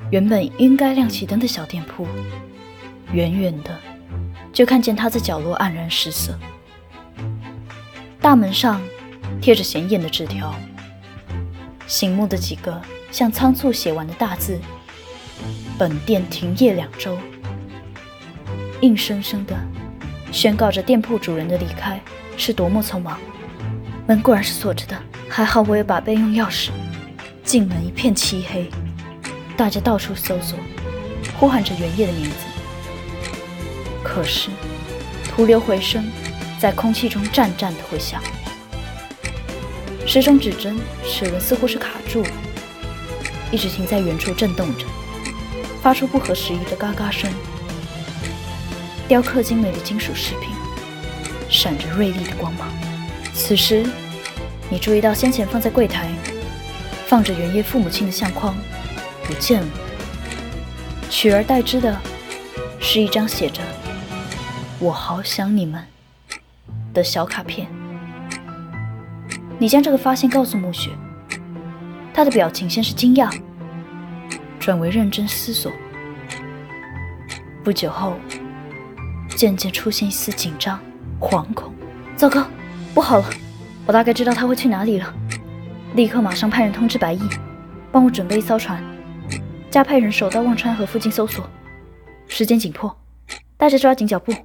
原本应该亮起灯的小店铺，远远的就看见它在角落黯然失色。大门上贴着显眼的纸条，醒目的几个像仓促写完的大字：本店停业2周，硬生生的宣告着店铺主人的离开是多么匆忙。门果然是锁着的，还好我有把备用钥匙。进门一片漆黑，大家到处搜索，呼喊着原业的名字，可是徒留回声在空气中战战的回响。时钟指针齿轮似乎是卡住了，一直停在原处震动着，发出不合时宜的嘎嘎声。雕刻精美的金属饰品闪着锐利的光芒。此时你注意到先前放在柜台放着原业父母亲的相框不见了，取而代之的是一张写着我好想你们的小卡片。你将这个发现告诉暮雪，她的表情先是惊讶，转为认真思索，不久后渐渐出现一丝紧张惶恐。糟糕，不好了，我大概知道他会去哪里了，立刻马上派人通知白毅，帮我准备一艘船，加派人手到忘川河附近搜索，时间紧迫，大家抓紧脚步。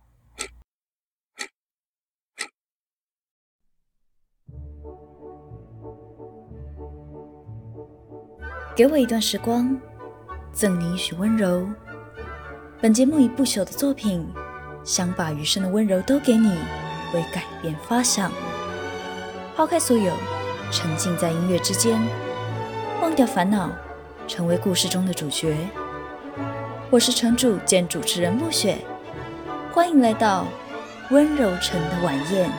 给我一段时光，赠你一许温柔。本节目以不朽的作品，想把余生的温柔都给你为改编发想，抛开所有，沉浸在音乐之间，忘掉烦恼，成为故事中的主角。我是城主兼主持人暮雪，欢迎来到温柔城的晚宴。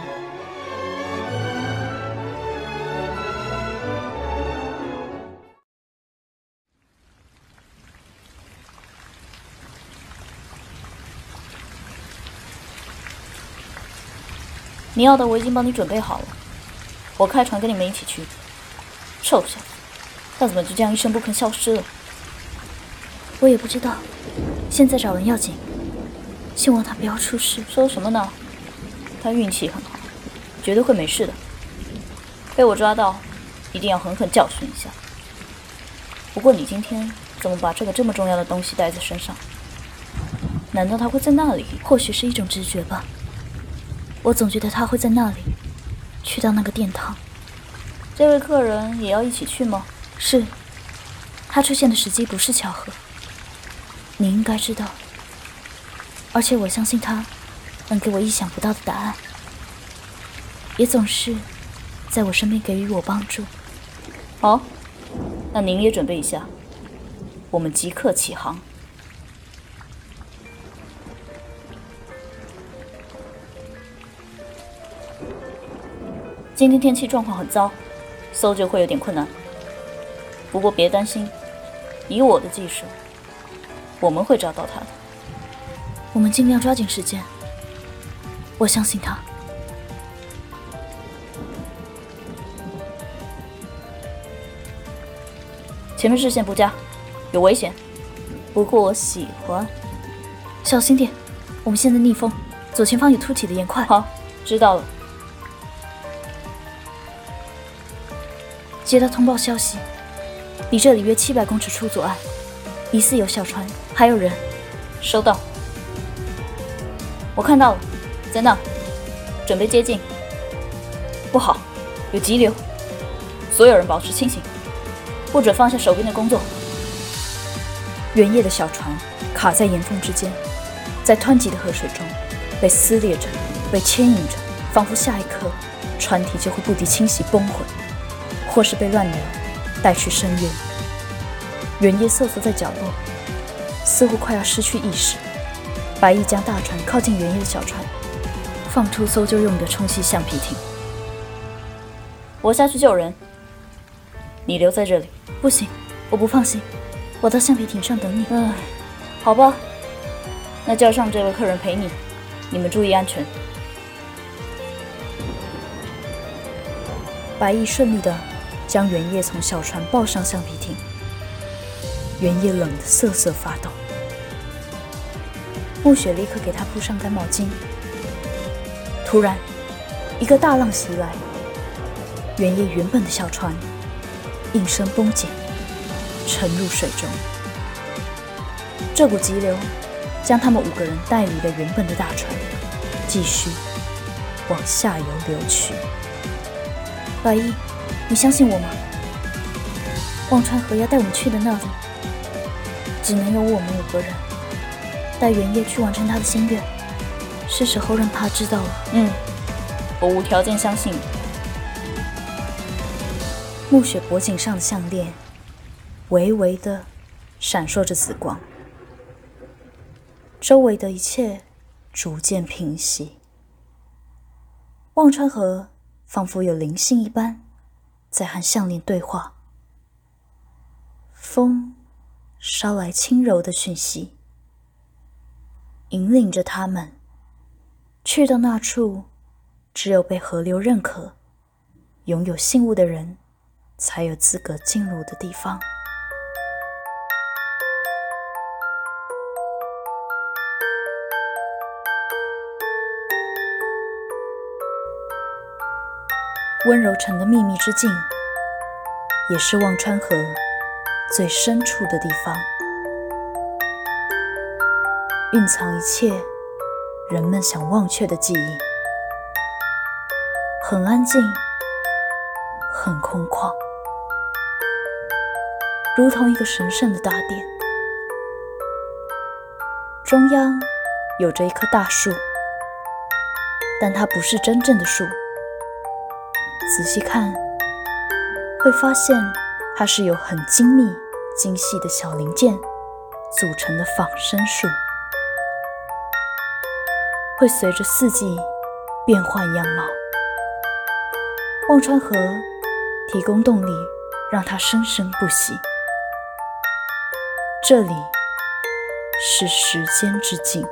你要的我已经帮你准备好了，我开船跟你们一起去。臭小子，他怎么就这样一声不吭消失了？我也不知道，现在找人要紧，希望他不要出事。说什么呢？他运气很好，绝对会没事的。被我抓到，一定要狠狠教训一下。不过你今天怎么把这么重要的东西带在身上？难道他会在那里？或许是一种直觉吧。我总觉得他会在那里，去到那个殿堂。这位客人也要一起去吗？是，他出现的时机不是巧合，你应该知道。而且我相信他能给我意想不到的答案，也总是在我身边给予我帮助。好，那您也准备一下，我们即刻起航。今天天气状况很糟，搜救会有点困难。不过别担心，以我的技术，我们会找到他的。我们尽量抓紧时间，我相信他。前面视线不佳，有危险。不过我喜欢。小心点，我们现在逆风，左前方有凸起的岩块。好，知道了。接到通报消息，离这里约700公尺处左岸，疑似有小船，还有人。收到。我看到了，在那，准备接近。不好，有急流，所有人保持清醒，不准放下手边的工作。原业的小船卡在岩缝之间，在湍急的河水中被撕裂着，被牵引着，仿佛下一刻船体就会不敌侵袭崩毁，或是被乱流带去深渊。原业瑟缩在角落，似乎快要失去意识。白毅将大船靠近原业的小船，放出搜救用的充气橡皮艇。我下去救人，你留在这里。不行，我不放心，我到橡皮艇上等你。好吧，那叫上这位客人陪你，你们注意安全。白毅顺利地将原业从小船抱上橡皮艇。 原野冷得瑟瑟发抖。暮雪立刻给他铺上干毛巾。突然，一个大浪袭来，原野原本的小船应声崩解，沉入水中。这股急流将他们5个人带离了原本的大船，继续往下游流去。白衣，你相信我吗？忘川河要带我们去的那里，只能有我们5个人带原野去完成他的心愿。是时候让他知道了。 我无条件相信你。 暮雪脖颈上的项链微微的闪烁着紫光，周围的一切逐渐平息。忘川河仿佛有灵性一般，在和项链对话。风捎来轻柔的讯息，引领着他们去到那处只有被河流认可、拥有信物的人才有资格进入的地方。温柔城的秘密之境，也是忘川河最深处的地方，蕴藏一切人们想忘却的记忆。很安静，很空旷，如同一个神圣的大殿。中央有着一棵大树，但它不是真正的树。仔细看，会发现它是由很精密、精细的小零件组成的仿生树，会随着四季变换样貌。忘川河提供动力，让它生生不息。这里是时间之境，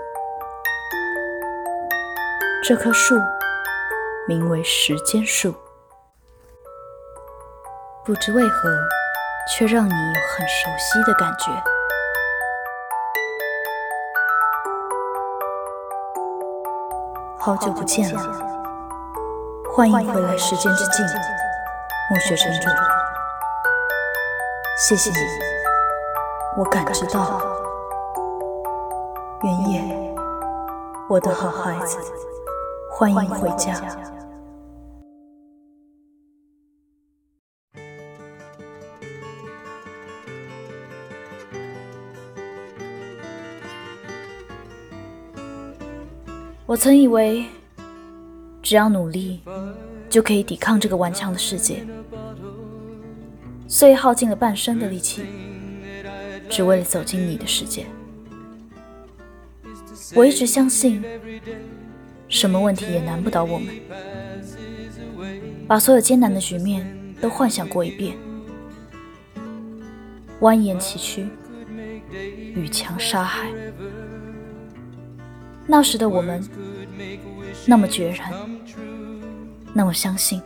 这棵树名为时间树。不知为何，却让你有很熟悉的感觉。好久不见了，欢迎回来时间之境，暮雪城主。谢谢你，我感知到了。原野，我的好孩子，欢迎回家。我曾以为，只要努力，就可以抵抗这个顽强的世界，所以耗尽了半生的力气，只为了走进你的世界。我一直相信，什么问题也难不倒我们，把所有艰难的局面都幻想过一遍，蜿蜒崎岖，遇强杀害。那时的我们那么决然，那么相信。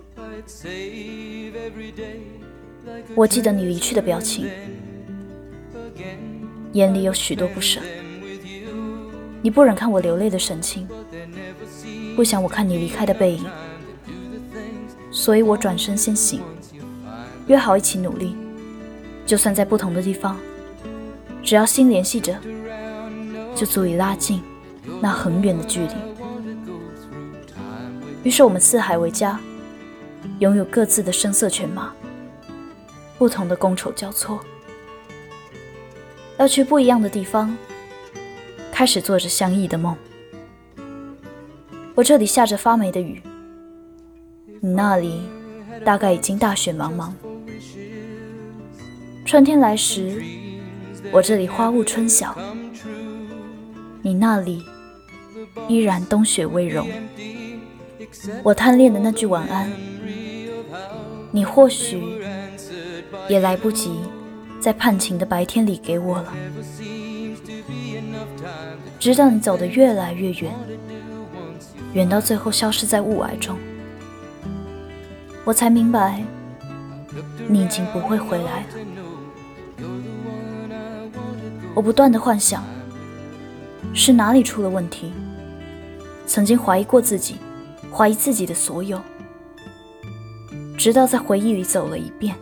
我记得你离去的表情，眼里有许多不舍。你不忍看我流泪的神情，不想我看你离开的背影，所以我转身先行，约好一起努力，就算在不同的地方，只要心联系着，就足以拉近那很远的距离。于是我们四海为家，拥有各自的声色犬马，不同的觥筹交错，要去不一样的地方，开始做着相异的梦。我这里下着发霉的雨，你那里大概已经大雪茫茫。春天来时，我这里花雾春晓，你那里依然冬雪未融。我贪恋的那句晚安，你或许也来不及在盼晴的白天里给我了。直到你走得越来越远，远到最后消失在雾霭中，我才明白，你已经不会回来了。 我不断地幻想，是哪里出了问题？曾经怀疑过自己，怀疑自己的所有，直到在回忆里走了一遍，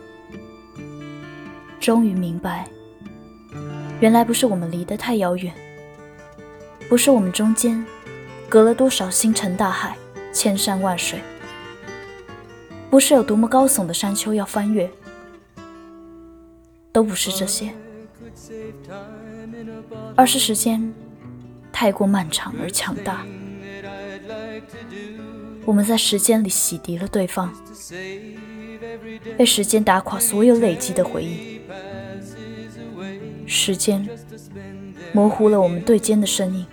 终于明白，原来不是我们离得太遥远，不是我们中间隔了多少星辰大海、千山万水，不是有多么高耸的山丘要翻越，都不是这些，而是时间太过漫长而强大。我们在时间里洗涤了对方，被时间打垮所有累积的回忆。时间模糊了我们对肩的身影，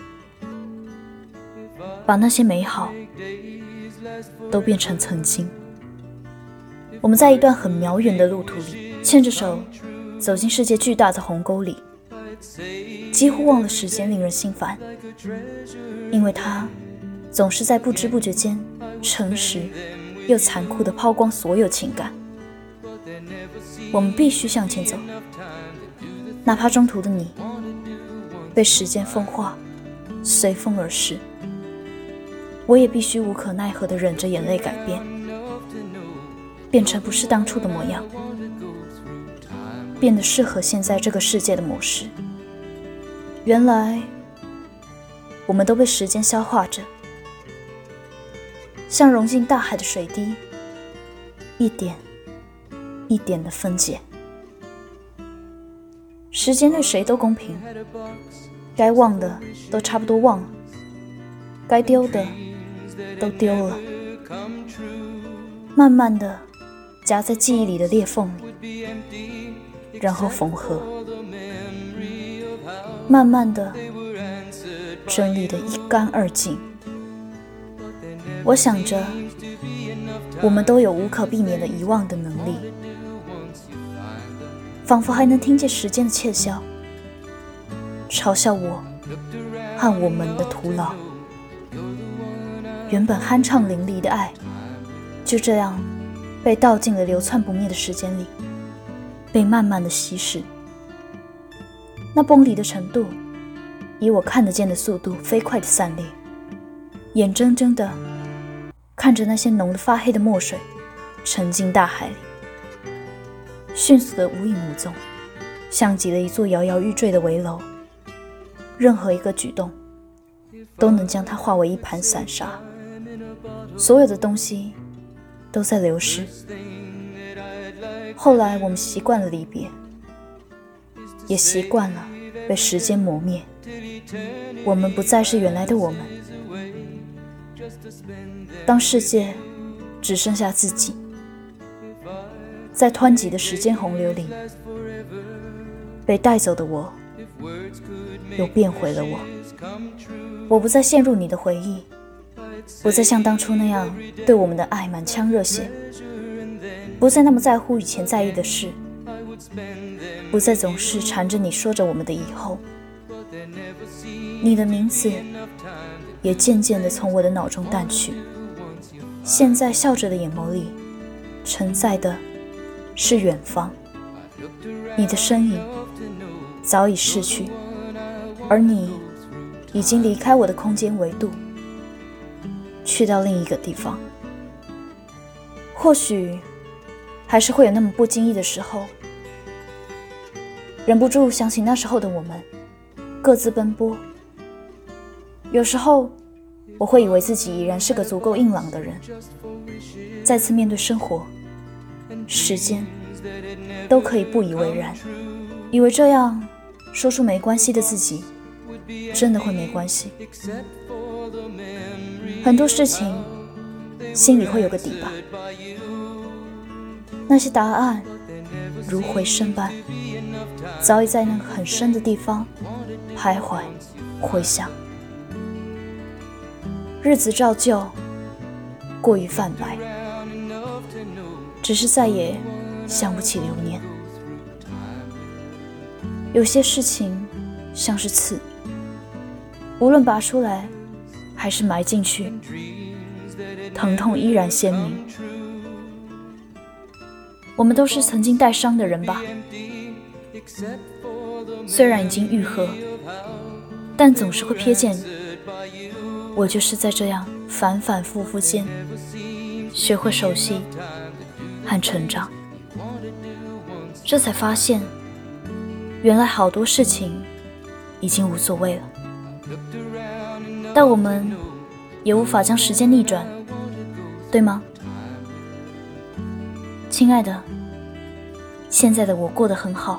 把那些美好都变成曾经。我们在一段很渺远的路途里，牵着手走进世界巨大的鸿沟里，几乎忘了时间令人心烦，因为它总是在不知不觉间诚实又残酷地抛光所有情感。我们必须向前走，哪怕中途的你被时间风化，随风而逝，我也必须无可奈何地忍着眼泪改变，变成不是当初的模样，变得适合现在这个世界的模式。原来我们都被时间消化着，像融进大海的水滴，一点一点的分解。时间对谁都公平，该忘的都差不多忘了，该丢的都丢了，慢慢的夹在记忆里的裂缝里，然后缝合，慢慢的整理得一干二净。我想着，我们都有无可避免的遗忘的能力，仿佛还能听见时间的窃笑，嘲笑我和我们的徒劳。原本酣畅淋漓的爱，就这样被倒进了流窜不灭的时间里，被慢慢的稀释。那崩离的程度，以我看得见的速度飞快地散裂，眼睁睁地看着那些浓得发黑的墨水沉进大海里，迅速地无影无踪，像极了一座摇摇欲坠的危楼。任何一个举动都能将它化为一盘散沙，所有的东西都在流失。后来我们习惯了离别，也习惯了被时间磨灭，我们不再是原来的我们。当世界只剩下自己，在湍急的时间洪流里，被带走的我又变回了我。我不再陷入你的回忆，不再像当初那样对我们的爱满腔热血，不再那么在乎以前在意的事，不再总是缠着你说着我们的以后。你的名字也渐渐地从我的脑中淡去，现在笑着的眼眸里承载的是远方，你的身影早已逝去，而你已经离开我的空间维度，去到另一个地方。或许还是会有那么不经意的时候，忍不住想起那时候的我们，各自奔波。有时候我会以为自己已然是个足够硬朗的人，再次面对生活、时间都可以不以为然，以为这样说出没关系的自己真的会没关系。很多事情心里会有个底吧，那些答案如回声般早已在那个很深的地方徘徊回响。日子照旧过于泛白，只是再也想不起流年。有些事情像是刺，无论拔出来还是埋进去，疼痛依然鲜明。我们都是曾经带伤的人吧， 虽然已经愈合，但总是会瞥见我就是在这样反反复复间学会熟悉和成长。这才发现，原来好多事情已经无所谓了，但我们也无法将时间逆转，对吗？亲爱的，现在的我过得很好，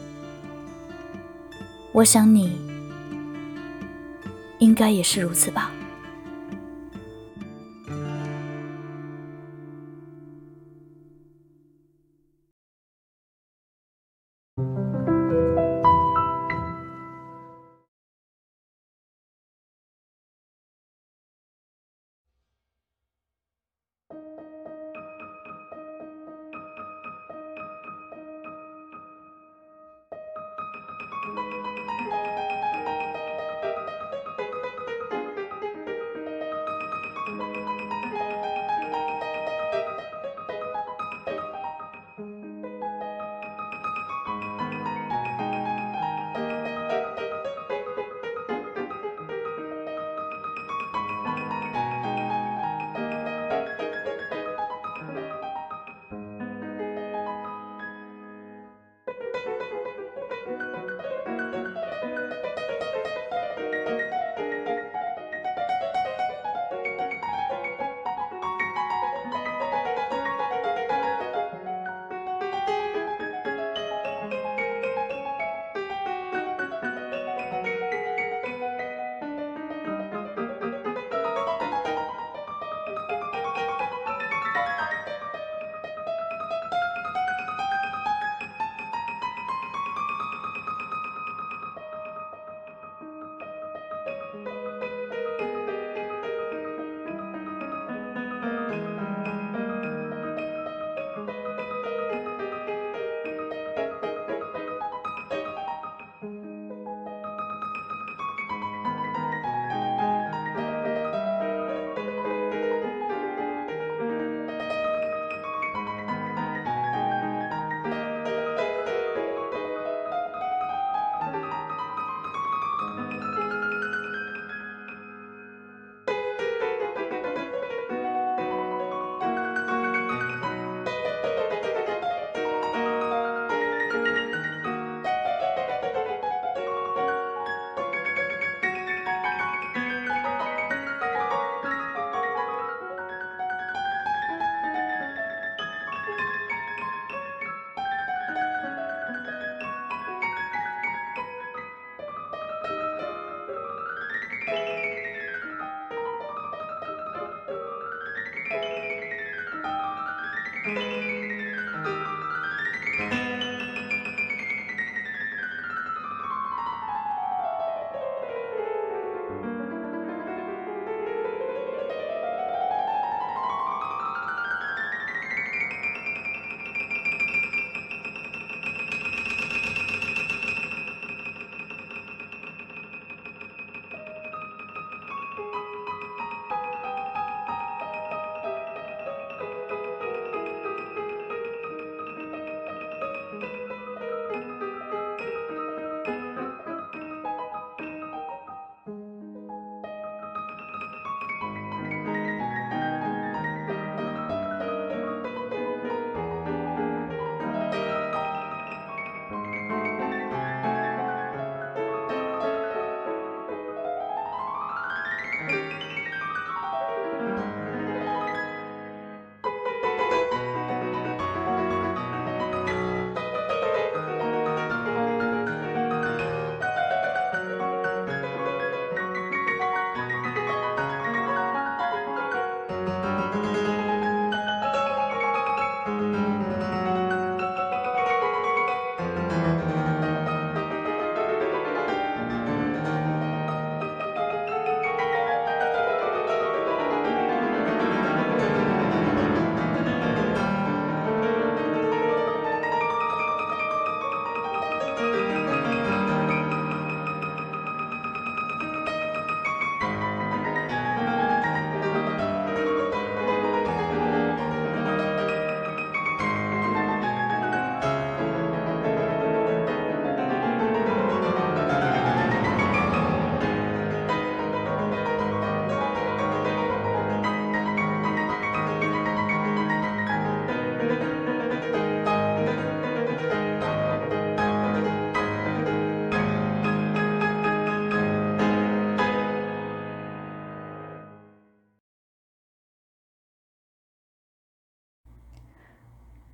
我想你应该也是如此吧。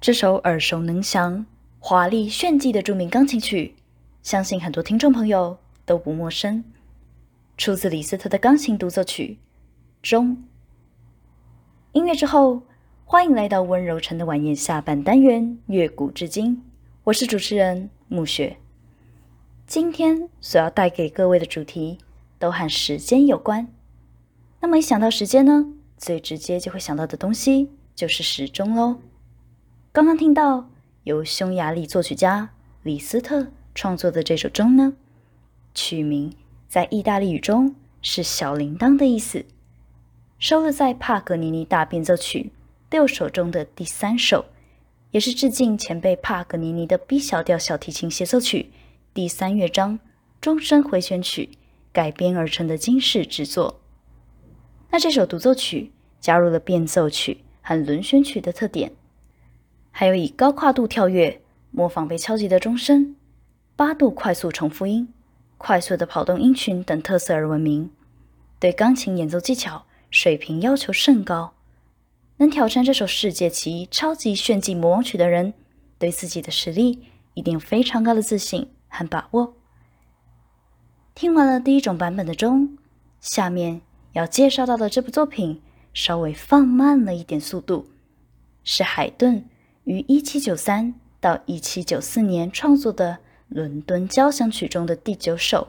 这首耳熟能详、华丽炫技的著名钢琴曲，相信很多听众朋友都不陌生，出自李斯特的钢琴独奏曲《钟》。音乐之后，欢迎来到温柔城的晚宴下半单元乐古至今，我是主持人暮雪。今天所要带给各位的主题都和时间有关。那么一想到时间呢，最直接就会想到的东西就是时钟咯。刚刚听到由匈牙利作曲家李斯特创作的这首钟呢，曲名在意大利语中是小铃铛的意思，收录在帕格尼尼大变奏曲6首中的第3首，也是致敬前辈帕格尼尼的 B 小调小提琴协奏曲第3乐章钟声回旋曲改编而成的惊世之作。那这首独奏曲加入了变奏曲和轮旋曲的特点，还有以高跨度跳跃模仿被敲击的钟声、8度快速重复音、快速的跑动音群等特色而闻名，对钢琴演奏技巧水平要求甚高。能挑战这首世界级超级炫技魔王曲的人，对自己的实力一定有非常高的自信和把握。听完了第一种版本的钟，下面要介绍到的这部作品稍微放慢了一点速度，是海顿于1793到1794年创作的伦敦交响曲中的第9首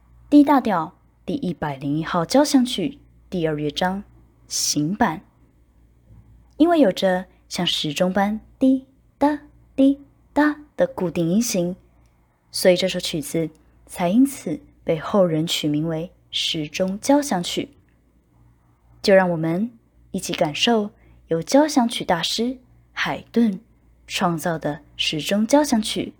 D 大调第101号交响曲第2乐章行板。因为有着像时钟般滴答滴答的固定音型，所以这首曲子才因此被后人取名为时钟交响曲。就让我们一起感受由交响曲大师海顿创造的时钟交响曲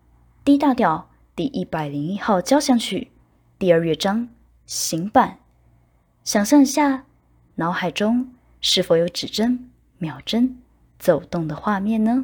D 大调第101号交响曲第2乐章行板。想象一下，脑海中是否有指针、秒针走动的画面呢？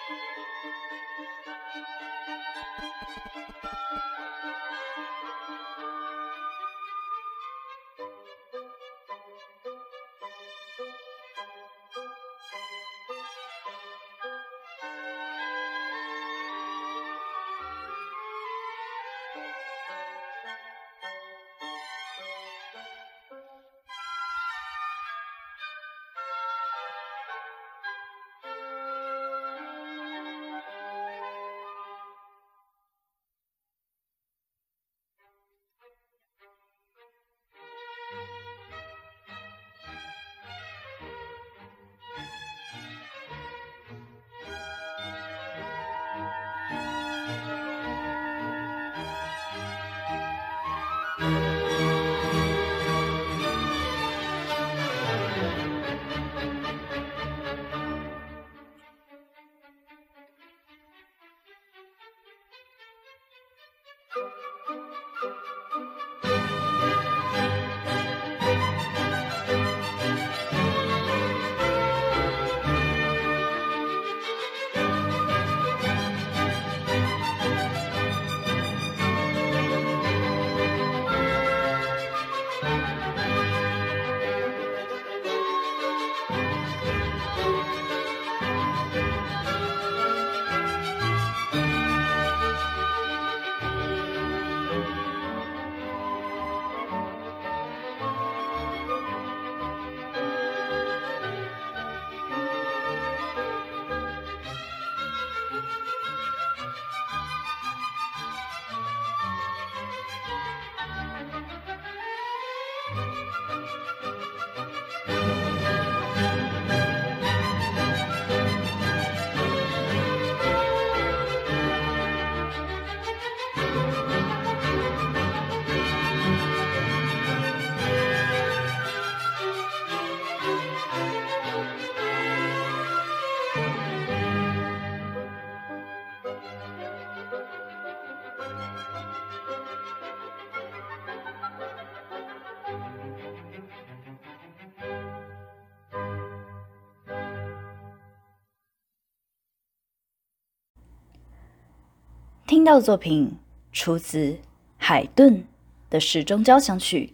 听到的作品出自海顿的时钟交响曲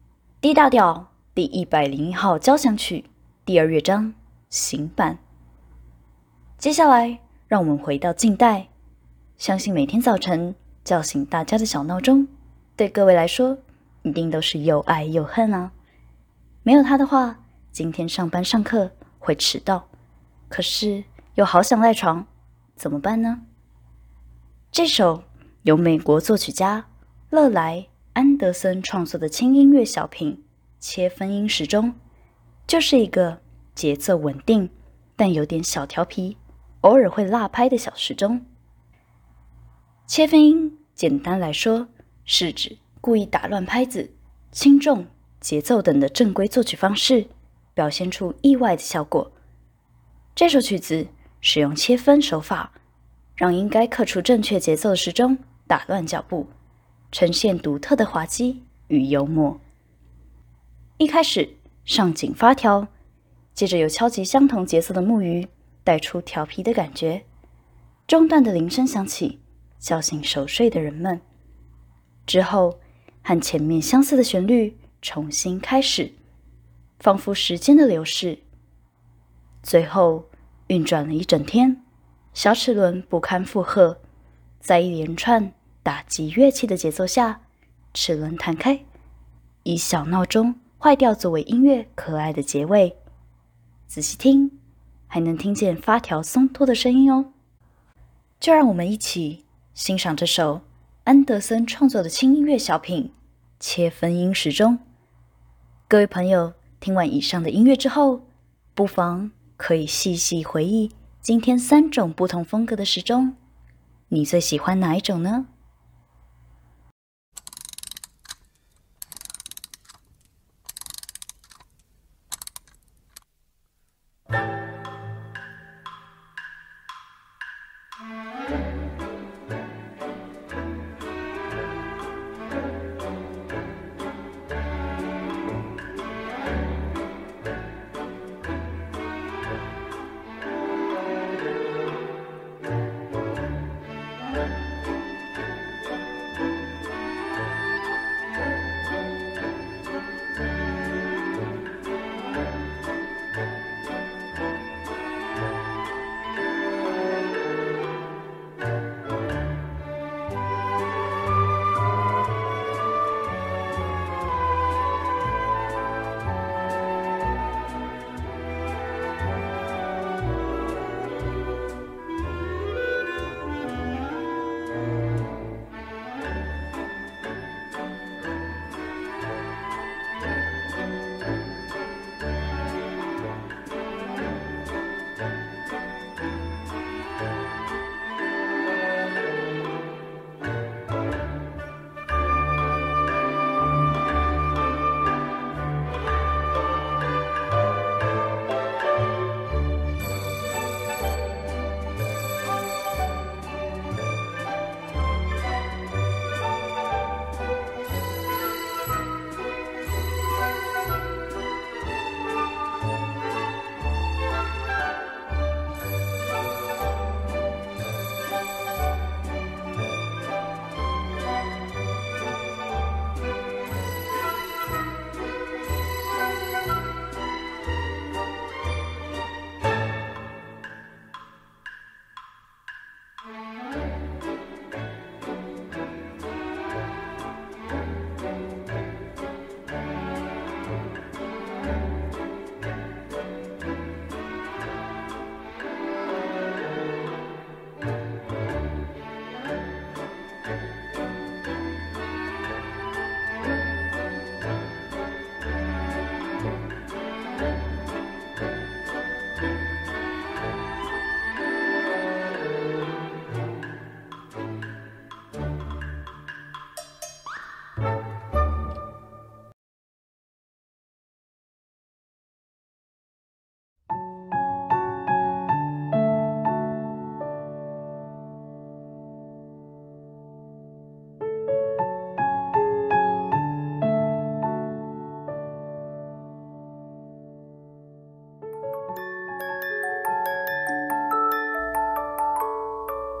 D 大调第101号交响曲第2乐章行板。接下来让我们回到近代，相信每天早晨叫醒大家的小闹钟，对各位来说一定都是又爱又恨啊。没有它的话，今天上班上课会迟到，可是又好想赖床，怎么办呢？这首由美国作曲家勒莱·安德森创作的轻音乐小品切分音时钟，就是一个节奏稳定但有点小调皮，偶尔会落拍的小时钟。切分音简单来说，是指故意打乱拍子、轻重、节奏等的正规作曲方式，表现出意外的效果。这首曲子使用切分手法，让应该刻出正确节奏的时钟打乱脚步，呈现独特的滑稽与幽默。一开始上紧发条，接着有敲击相同节奏的木鱼，带出调皮的感觉。中段的铃声响起，叫醒熟睡的人们。之后和前面相似的旋律重新开始，仿佛时间的流逝。最后运转了一整天，小齿轮不堪负荷，在一连串打击乐器的节奏下，齿轮弹开，以小闹钟坏掉作为音乐可爱的结尾。仔细听，还能听见发条松脱的声音哦。就让我们一起欣赏这首安德森创作的轻音乐小品切分音时钟。各位朋友，听完以上的音乐之后，不妨可以细细回忆今天3种不同风格的时钟，你最喜欢哪一种呢？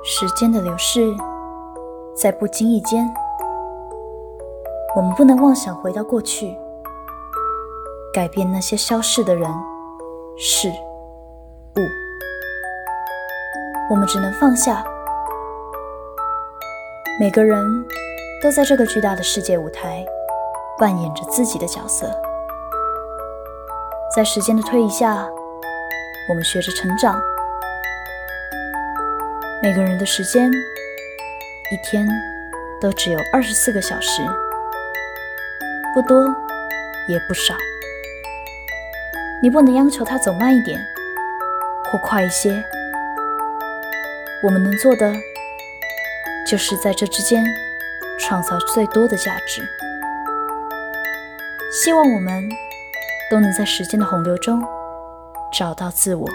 时间的流逝，在不经意间，我们不能妄想回到过去，改变那些消逝的人、事、物。我们只能放下。每个人都在这个巨大的世界舞台扮演着自己的角色。在时间的推移下，我们学着成长。每个人的时间，一天都只有24个小时，不多也不少。你不能央求他走慢一点，或快一些。我们能做的，就是在这之间创造最多的价值。希望我们都能在时间的洪流中找到自我。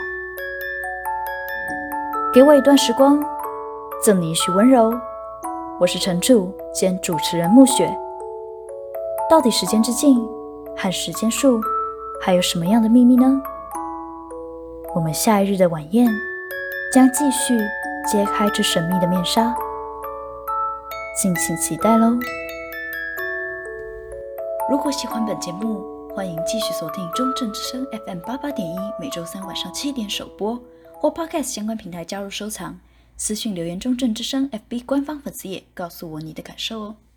给我一段时光，赠你一许温柔。我是陈柱兼主持人暮雪。到底时间之镜和时间树还有什么样的秘密呢？我们下一日的晚宴将继续揭开这神秘的面纱，敬请期待咯。如果喜欢本节目，欢迎继续锁定中正之声 FM88.1，每周三晚上7点首播，或 Podcast 相关平台加入收藏。私讯留言中正之声 FB 官方粉丝页，告诉我你的感受哦。